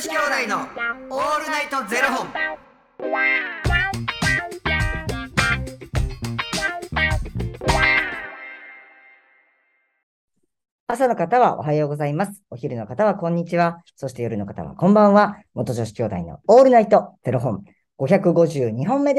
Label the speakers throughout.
Speaker 1: 子兄弟のオールナイトゼロ本。
Speaker 2: 朝の方はおはようございます。お昼の方はこんにちは。そして夜の方はこんばんは。元女子兄弟のオールナイトゼロ本552本目で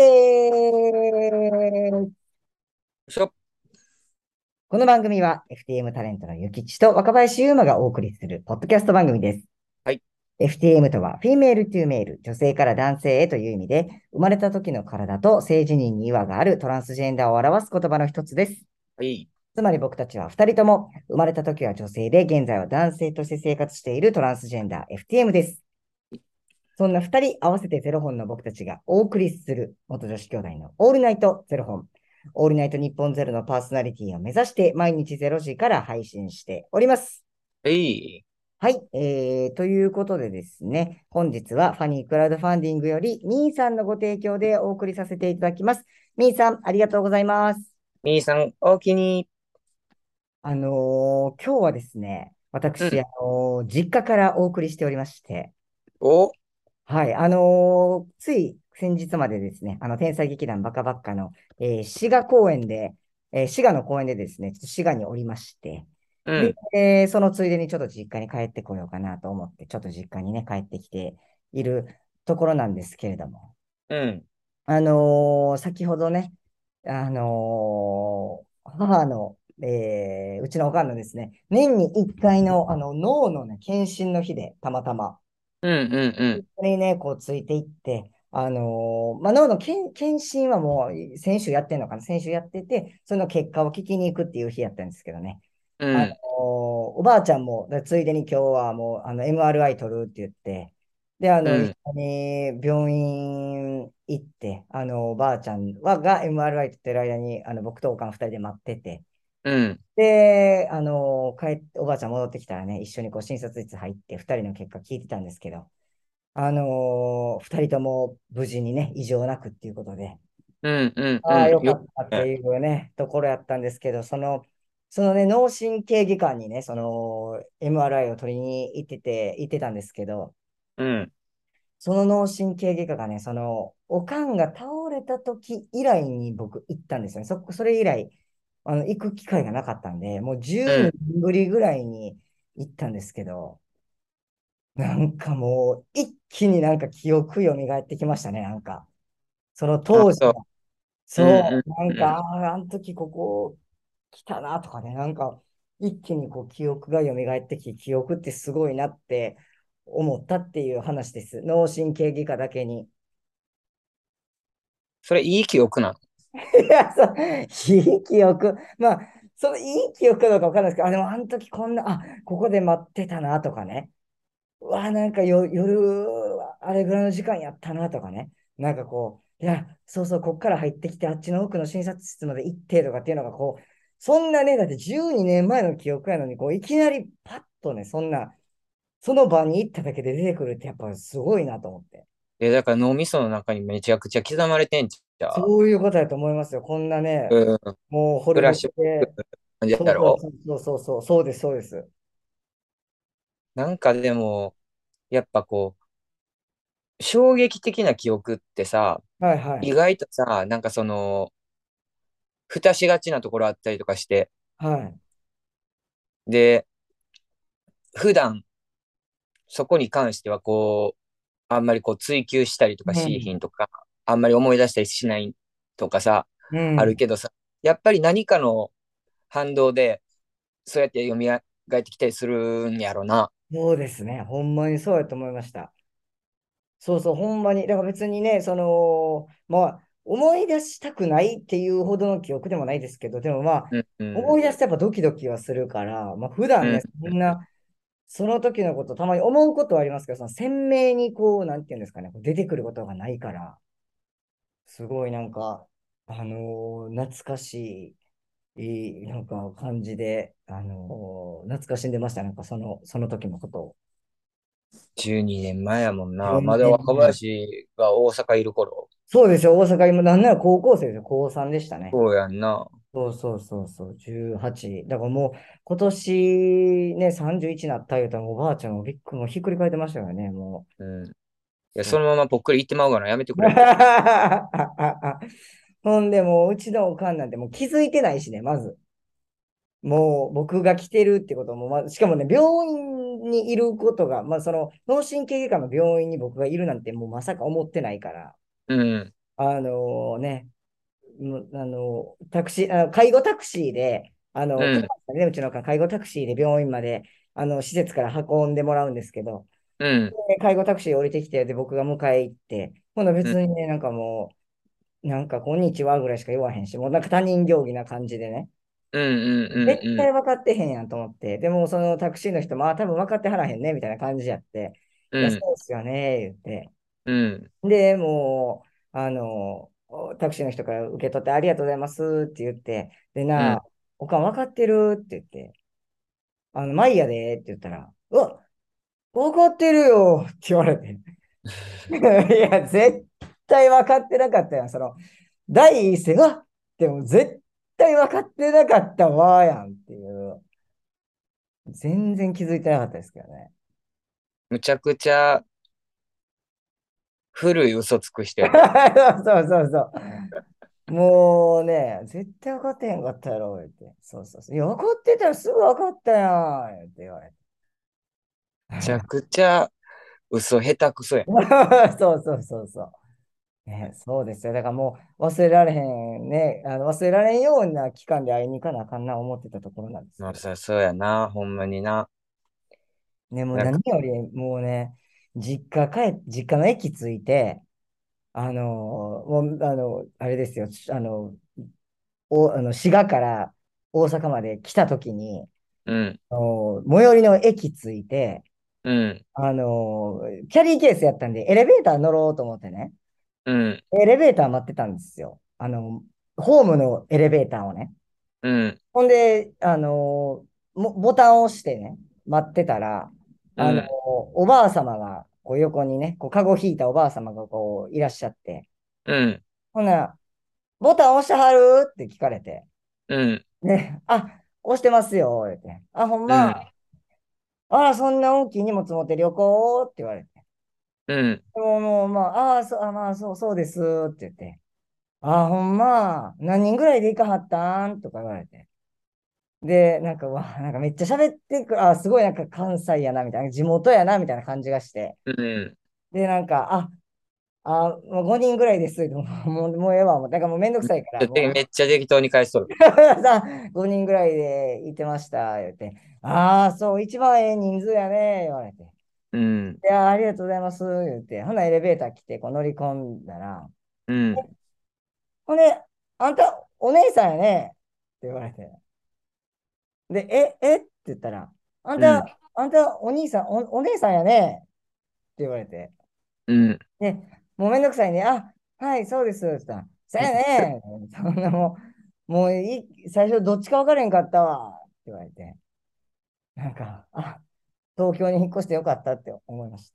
Speaker 2: ーす。
Speaker 3: しょ。
Speaker 2: この番組は FTM タレントのゆきちと若林優馬がお送りするポッドキャスト番組です。
Speaker 3: はい。
Speaker 2: FTM とはフィメールトゥーメール、女性から男性へという意味で、生まれた時の体と性自認に違和があるトランスジェンダーを表す言葉の一つです。
Speaker 3: はい。
Speaker 2: つまり僕たちは2人とも生まれた時は女性で現在は男性として生活しているトランスジェンダー FTM です。そんな2人合わせてゼロ本の僕たちがお送りする元女子兄弟のオールナイトゼロ本。オールナイト日本ゼロのパーソナリティを目指して毎日0時から配信しております。
Speaker 3: はい。
Speaker 2: はい、ということでですね、本日はファニークラウドファンディングよりミーさんのご提供でお送りさせていただきます。ミーさん、ありがとうございます。
Speaker 3: みーさん、おおきに。
Speaker 2: 今日はですね、私、
Speaker 3: うん。
Speaker 2: 実家からお送りしておりまして、
Speaker 3: お。
Speaker 2: はい、つい先日までですね、天才劇団バカバッカの、滋賀公演で、滋賀の公演でですね、ちょっと滋賀におりまして、で、
Speaker 3: うん。
Speaker 2: そのついでにちょっと実家に帰ってこようかなと思って、ちょっと実家にね、帰ってきているところなんですけれども、
Speaker 3: うん。
Speaker 2: 先ほどね、母の、うちのおかんのですね、年に1回の、脳のね、検診の日で、たまたま、
Speaker 3: うん。うん。
Speaker 2: ここにね、こうついていって、脳の検診はもう先週やってんのかな、先週やってて、その結果を聞きに行くっていう日やったんですけどね。
Speaker 3: うん。
Speaker 2: おばあちゃんも、ついでに今日はもう、MRI 取るって言って、で、一
Speaker 3: うん。
Speaker 2: 緒に病院行って、おばあちゃんが MRI 取ってる間に、僕とおかん二人で待ってて、
Speaker 3: うん。
Speaker 2: で、帰って、おばあちゃん戻ってきたらね、一緒にこう診察室入って、二人の結果聞いてたんですけど、二人とも無事にね、異常なくっていうことで、
Speaker 3: うん。うん。
Speaker 2: ああ、よか
Speaker 3: よ
Speaker 2: ったって
Speaker 3: ね。
Speaker 2: いうね、ところやったんですけど、そのね、脳神経外科にね、その MRI を取りに行ってたんですけど、
Speaker 3: うん。
Speaker 2: その脳神経外科がね、おかんが倒れた時以来に僕行ったんですよね。それ以来、行く機会がなかったんで、もう12
Speaker 3: うん。
Speaker 2: 年ぶりぐらいに行ったんですけど、なんかもう、一気になんか記憶蘇ってきましたね、なんか。その
Speaker 3: あ、そう。
Speaker 2: 当時の、
Speaker 3: うん。
Speaker 2: そう、なん
Speaker 3: うん。
Speaker 2: か、あの時ここ来たなとかね、なんか、一気にこう記憶が蘇ってきて、記憶ってすごいなって思ったっていう話です。脳神経外科だけに。
Speaker 3: それ、いい記憶なの？
Speaker 2: いや、いい記憶。まあ、そのいい記憶かどうかわかんないですけど、でもあの時こんな、ここで待ってたなとかね。うわ、なんか夜、あれぐらいの時間やったなとかね。なんかこう、いや、そうそう、こっから入ってきて、あっちの奥の診察室まで行ってとかっていうのがこう、そんなね、だって12年前の記憶やのに、こう、いきなりパッとね、その場に行っただけで出てくるってやっぱすごいなと思って。
Speaker 3: だから脳みその中にめちゃくちゃ刻まれてんちゃう？
Speaker 2: そういうことだと思いますよ。こんなね、
Speaker 3: うん。
Speaker 2: もう惚れ惚
Speaker 3: フラッシュバッ
Speaker 2: れで、
Speaker 3: ク感じ
Speaker 2: そうそう
Speaker 3: やろ？
Speaker 2: そうです、そうです。
Speaker 3: なんかでも、やっぱこう、衝撃的な記憶ってさ、
Speaker 2: はいはい。
Speaker 3: 意外とさ、なんかその、蓋しがちなところあったりとかして、
Speaker 2: はい。
Speaker 3: で、普段そこに関してはこう、あんまりこう追求したりとかしーひ
Speaker 2: うん。
Speaker 3: んとか、あんまり思い出したりしないとかさ、
Speaker 2: うん。
Speaker 3: あるけどさ、やっぱり何かの反動で、そうやって蘇ってきたりするんやろな。
Speaker 2: そうですね。ほんまにそうやと思いました。そうそう、ほんまに。だから別にね、まあ、思い出したくないっていうほどの記憶でもないですけど、でもまあ、
Speaker 3: うん、うん、
Speaker 2: 思い出すとやっぱドキドキはするから、まあ普段ね、
Speaker 3: うん。
Speaker 2: そんな、その時のことたまに思うことはありますけど、その鮮明にこう、なんていうんですかね、こう出てくることがないから、すごいなんか、懐かしなんか感じで、懐かしんでました。なんかその時のことを。
Speaker 3: 12年前やもんな。
Speaker 2: 12
Speaker 3: まだ若
Speaker 2: 年前。
Speaker 3: 林が大阪いる頃。
Speaker 2: そうですよ、大阪今、なんなら高校生ですよ、高3でしたね。
Speaker 3: そうやんな。
Speaker 2: そうそうそうそう、18。だからもう、今年ね、31になった言うたら、おばあちゃんももうひっくり返ってましたよね、も
Speaker 3: うん。い
Speaker 2: う。
Speaker 3: や、
Speaker 2: そう。
Speaker 3: そのままぽっくり言ってまうからやめてくれ。
Speaker 2: ほんで、もう、うちのおかんなんてもう気づいてないしね、まず。もう、僕が来てるってことも、しかもね、病院にいることが、その、脳神経外科の病院に僕がいるなんて、もうまさか思ってないから、
Speaker 3: うん。
Speaker 2: ね、タクシー、介護タクシーで、
Speaker 3: うん。
Speaker 2: 車ですね、うちの介護タクシーで病院まで、施設から運んでもらうんですけど、
Speaker 3: うん。
Speaker 2: で介護タクシー降りてきて、で、僕が迎え行って、ほな
Speaker 3: うん。
Speaker 2: 別にね、こんにちはぐらいしか言わへんし、もうなんか他人行儀な感じでね、
Speaker 3: うん。うん。
Speaker 2: 絶
Speaker 3: うん。
Speaker 2: 対分かってへんやんと思って、でもそのタクシーの人も、多分分かってはらへんね、みたいな感じやって、いや、そ
Speaker 3: うん。
Speaker 2: うですよね、言って、
Speaker 3: うん。
Speaker 2: で、もう、タクシーの人から受け取ってありがとうございますって言って、でな、
Speaker 3: うん。
Speaker 2: おかん分かってるって言って、マイヤでって言ったら、うわ、分かってるよって言われて。いや、絶対分かってなかったやん。第一声が、でも絶対分かってなかったわやんっていう。全然気づいてなかったですけどね。
Speaker 3: むちゃくちゃ古い嘘つく人やで。
Speaker 2: そうそうそう。もうね、絶対分かってへんかったやろ、言って。そうそうそう。いや、分かってたらすぐ分かったやん、って言われて。
Speaker 3: むちゃくちゃ嘘下手くそや。
Speaker 2: そうそうそうそう。ね、そうですよ。だからもう忘れられへんね、忘れられんような期間で会いに行かなあかんな思ってたところなんですけど。
Speaker 3: まあさ、そうやな。ほんまにな。
Speaker 2: ね、もう
Speaker 3: なんか、
Speaker 2: 何より、もうね、実家の駅着いて、もう、あれですよ、滋賀から大阪まで来た時に、
Speaker 3: うん。
Speaker 2: 最寄りの駅着いて、
Speaker 3: うん。
Speaker 2: キャリーケースやったんで、エレベーター乗ろうと思ってね、
Speaker 3: うん。
Speaker 2: エレベーター待ってたんですよ。ホームのエレベーターをね。
Speaker 3: うん。
Speaker 2: ほんで、ボタンを押してね、待ってたら、
Speaker 3: うん。
Speaker 2: おばあ様が、こう横にね、こう、カゴ引いたおばあ様がこう、いらっしゃって、
Speaker 3: うん。
Speaker 2: ほんなら、ボタン押してはるって聞かれて、
Speaker 3: うん。
Speaker 2: で、押してますよ、言って。ほん
Speaker 3: うん。
Speaker 2: ま、あら、そんな大きい荷物持って旅行って言われて。
Speaker 3: うん。
Speaker 2: でも、もう、そうですって言って。ほんま、何人ぐらいで行かはったんとか言われて。で、なんかめっちゃ喋ってくる、すごいなんか関西やな、みたいな、地元やな、みたいな感じがして。
Speaker 3: うん。
Speaker 2: で、もう5人ぐらいです。もうええわ。だからもうめんどくさいから、
Speaker 3: めっちゃ適当に返しとる。
Speaker 2: さ5人ぐらいで行ってました、言って。そう、一番ええ人数やね、言われて。い
Speaker 3: うん。
Speaker 2: や、ありがとうございます、言って。ほな、エレベーター来て、こう乗り込んだら、
Speaker 3: うん。
Speaker 2: ほんで、あんた、お姉さんやね、って言われて。で、って言ったら、
Speaker 3: うん。
Speaker 2: あんた、お兄さん、お姉さんやね、って言われて。
Speaker 3: うん。
Speaker 2: で、もうめんどくさいね。はい、そうです、って言ったら、そうやね、そんなもう最初どっちか分からへんかったわ、って言われて。東京に引っ越してよかったって思いました。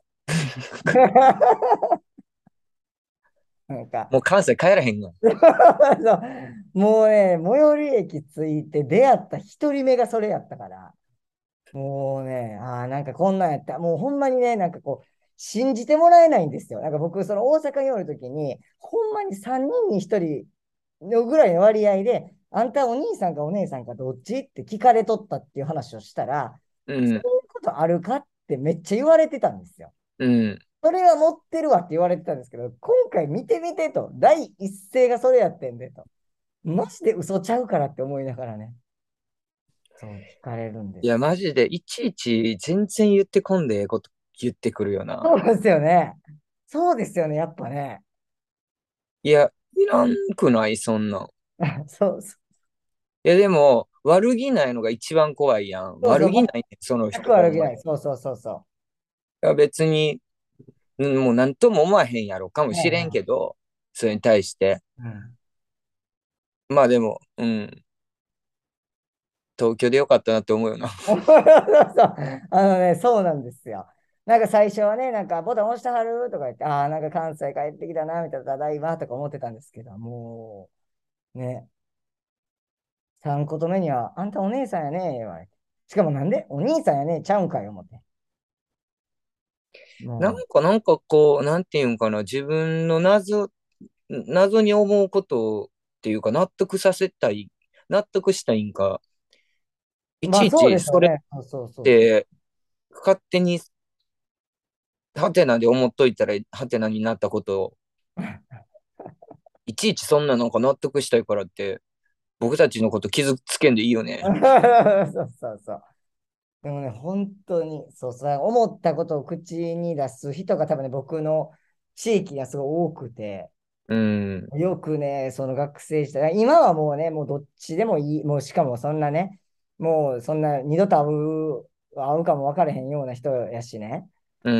Speaker 2: なんか、
Speaker 3: もう関西帰らへんが。
Speaker 2: そうもうね、最寄り駅着いて出会った一人目がそれやったから、もうね、なんかこんなんやった。もうほんまにね、なんかこう、信じてもらえないんですよ。なんか僕、その大阪におるときに、ほんまに3人に1人のぐらいの割合で、あんたお兄さんかお姉さんかどっちって聞かれとったっていう話をしたら、
Speaker 3: うん。
Speaker 2: そういうことあるかってめっちゃ言われてたんですよ。
Speaker 3: うん。
Speaker 2: それは持ってるわって言われてたんですけど、今回見てみてと、第一声がそれやってんでと。マジで嘘ちゃうからって思いながらね、そう聞かれるんで
Speaker 3: いや、
Speaker 2: す。
Speaker 3: マジで、いちいち全然言ってこんでええこと言ってくるよな。
Speaker 2: そうですよね。そうですよね、やっぱね。
Speaker 3: いや、いらんくない、そんなん。
Speaker 2: そうそう。
Speaker 3: いや、でも、悪気ないのが一番怖いやん。
Speaker 2: そうそう、
Speaker 3: 悪気ないねん、その人、ほんまに。い
Speaker 2: 悪気ない。そうそうそうそ
Speaker 3: や、別に、もう何とも思わへんやろかも
Speaker 2: う。はい
Speaker 3: しれん
Speaker 2: はい。
Speaker 3: けど、それに対して。
Speaker 2: うん。
Speaker 3: まあでも、うん、東京でよかったなって思うよな。
Speaker 2: そうそうそう。そうなんですよ。なんか最初はね、なんかボタン押してはるとか言って、なんか関西帰ってきたな、みたいな、ただいまとか思ってたんですけど、もう、ね、 3個と目には、あんたお姉さんやね言われて。しかもなんでお兄さんやねちゃうんかい思って。も
Speaker 3: なんかこう、なんていうんかな、自分の謎に思うことっていうか、納得したいんか、
Speaker 2: う、
Speaker 3: いちい
Speaker 2: まあそうで
Speaker 3: ちそれっ
Speaker 2: しょうね。そうそうそうそう。
Speaker 3: て、勝手にハテナで思っといたら、ハテナになったことを、いちいちそんななんか納得したいからって、僕たちのこと傷つけんでいいよね。
Speaker 2: そうそうそう。でもね、本当に、そうそう、思ったことを口に出す人が多分ね、僕の地域がすごい多くて、
Speaker 3: うん、
Speaker 2: よくね、その学生時代、今はもうね、もうどっちでもいい、もうしかもそんなね、もうそんな二度と会うかも分からへんような人やしね、
Speaker 3: うん、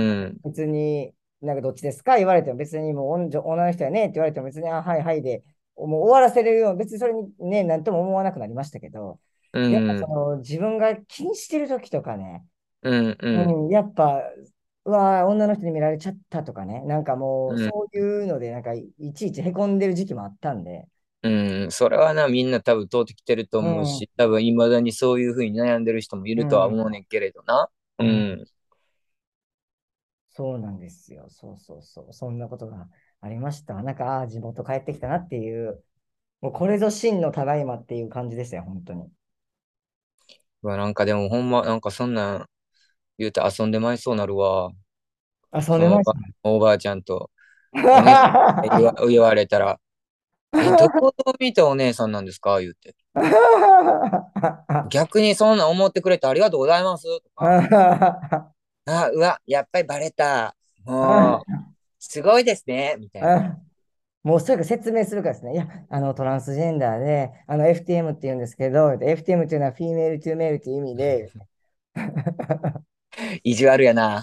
Speaker 2: 別に、なんかどっちですか言われても別にもう女の人やねって言われても別に、あ、はいはいで、もう終わらせれるよう、別にそれにね、なんとも思わなくなりましたけど、
Speaker 3: う
Speaker 2: やっぱそ
Speaker 3: ん、
Speaker 2: の自分が気にしてる時とかね、
Speaker 3: うん、うん、
Speaker 2: うん、やっぱ、うわー、女の人に見られちゃったとかね、なんかもう、
Speaker 3: うん、
Speaker 2: そういうので、なんかいちいちへこんでる時期もあったんで、
Speaker 3: うん、それはな、みんな多分通ってきてると
Speaker 2: うん、
Speaker 3: 思うし、多分未だにそういうふうに悩んでる人もいるとは
Speaker 2: うん、
Speaker 3: 思うねんけれどな。う
Speaker 2: うん、
Speaker 3: ん。
Speaker 2: そうなんですよ。そうそうそう。そんなことがありました。なんか、ああ、地元帰ってきたなっていう、もうこれぞ真のただいまっていう感じですよ、本当に。
Speaker 3: なんかでもほんま、なんかそんなん言うて遊んでまいそうなるわ。
Speaker 2: 遊ん
Speaker 3: その
Speaker 2: でましたね。
Speaker 3: おばあちゃんとお姉さんって言われたら、どこを見たお姉さんなんですか言うて。逆にそんなん思ってくれてありがとうございますとか。うわ、やっぱりバレた。もう、すごいですね。みたいな。
Speaker 2: もうそれか説明するからですね。いや、トランスジェンダーで、FTM って言うんですけど、FTM っていうのはフィメールトゥーメールっていう意味で、
Speaker 3: 意地悪やな。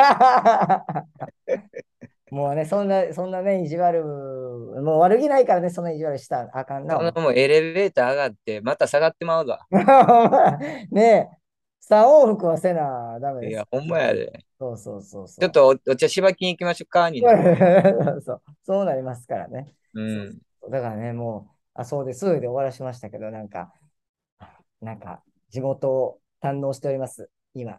Speaker 2: もうね、そんなね、意地悪、もう悪気ないからね、そんな意地悪したらあかんな、
Speaker 3: その
Speaker 2: 思
Speaker 3: もうエレベーター上がって、また下がってまうぞ。
Speaker 2: う。ねえ、3往復はせな、ダメです。
Speaker 3: いや、ほんまやで。
Speaker 2: そうそうそうそ
Speaker 3: ちょっとお茶しばきに行きましょうかに
Speaker 2: う。
Speaker 3: なるわ。
Speaker 2: そうなりますからね。そう
Speaker 3: うん。
Speaker 2: だからね、もう、あ、そうです、で終わらしましたけど、なんか、地元を堪能しております、今。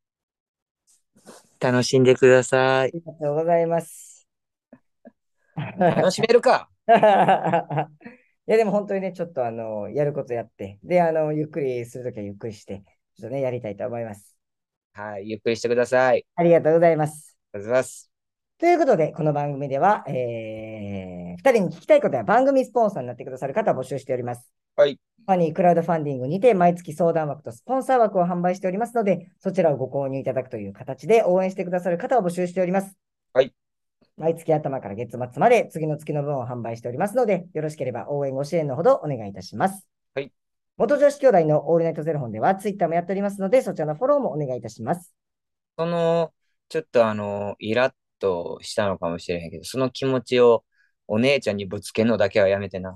Speaker 3: 楽しんでください。
Speaker 2: ありがとうございます。
Speaker 3: 楽しめるか。
Speaker 2: いや、でも本当にね、ちょっとやることやって、で、ゆっくりするときはゆっくりして、ちょっとね、やりたいと思います。
Speaker 3: はい。ゆっくりしてください。
Speaker 2: ありがとうございます。
Speaker 3: ありがとうございます。
Speaker 2: ということで、この番組では、2人に聞きたいことや番組スポンサーになってくださる方を募集しております。
Speaker 3: はい。
Speaker 2: ファニークラウドファンディングにて毎月相談枠とスポンサー枠を販売しておりますので、そちらをご購入いただくという形で応援してくださる方を募集しております。
Speaker 3: はい。
Speaker 2: 毎月頭から月末まで次の月の分を販売しておりますので、よろしければ応援ご支援のほどお願いいたします。
Speaker 3: はい。
Speaker 2: 元女子兄弟のオールナイトゼロ本ではツイッターもやっておりますので、そちらのフォローもお願いいたします。
Speaker 3: その、ちょっとイラッとしたのかもしれへんけど、その気持ちをお姉ちゃんにぶつけんのだけはやめてな。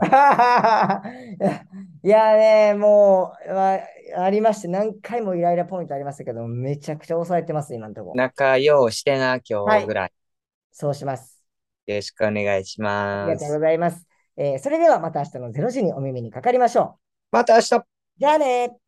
Speaker 2: いやね、もう、ありまして、何回もイライラポイントありましたけど、めちゃくちゃ抑えてます、今のところ。
Speaker 3: 仲良うしてな、
Speaker 2: はい、
Speaker 3: 今日ぐらい。
Speaker 2: そうします。
Speaker 3: よろしくお願いし
Speaker 2: ありがとうご
Speaker 3: ます。
Speaker 2: ざいます。それではまた明日の0時にお耳にかかりましょ
Speaker 3: また明日
Speaker 2: う。じゃあね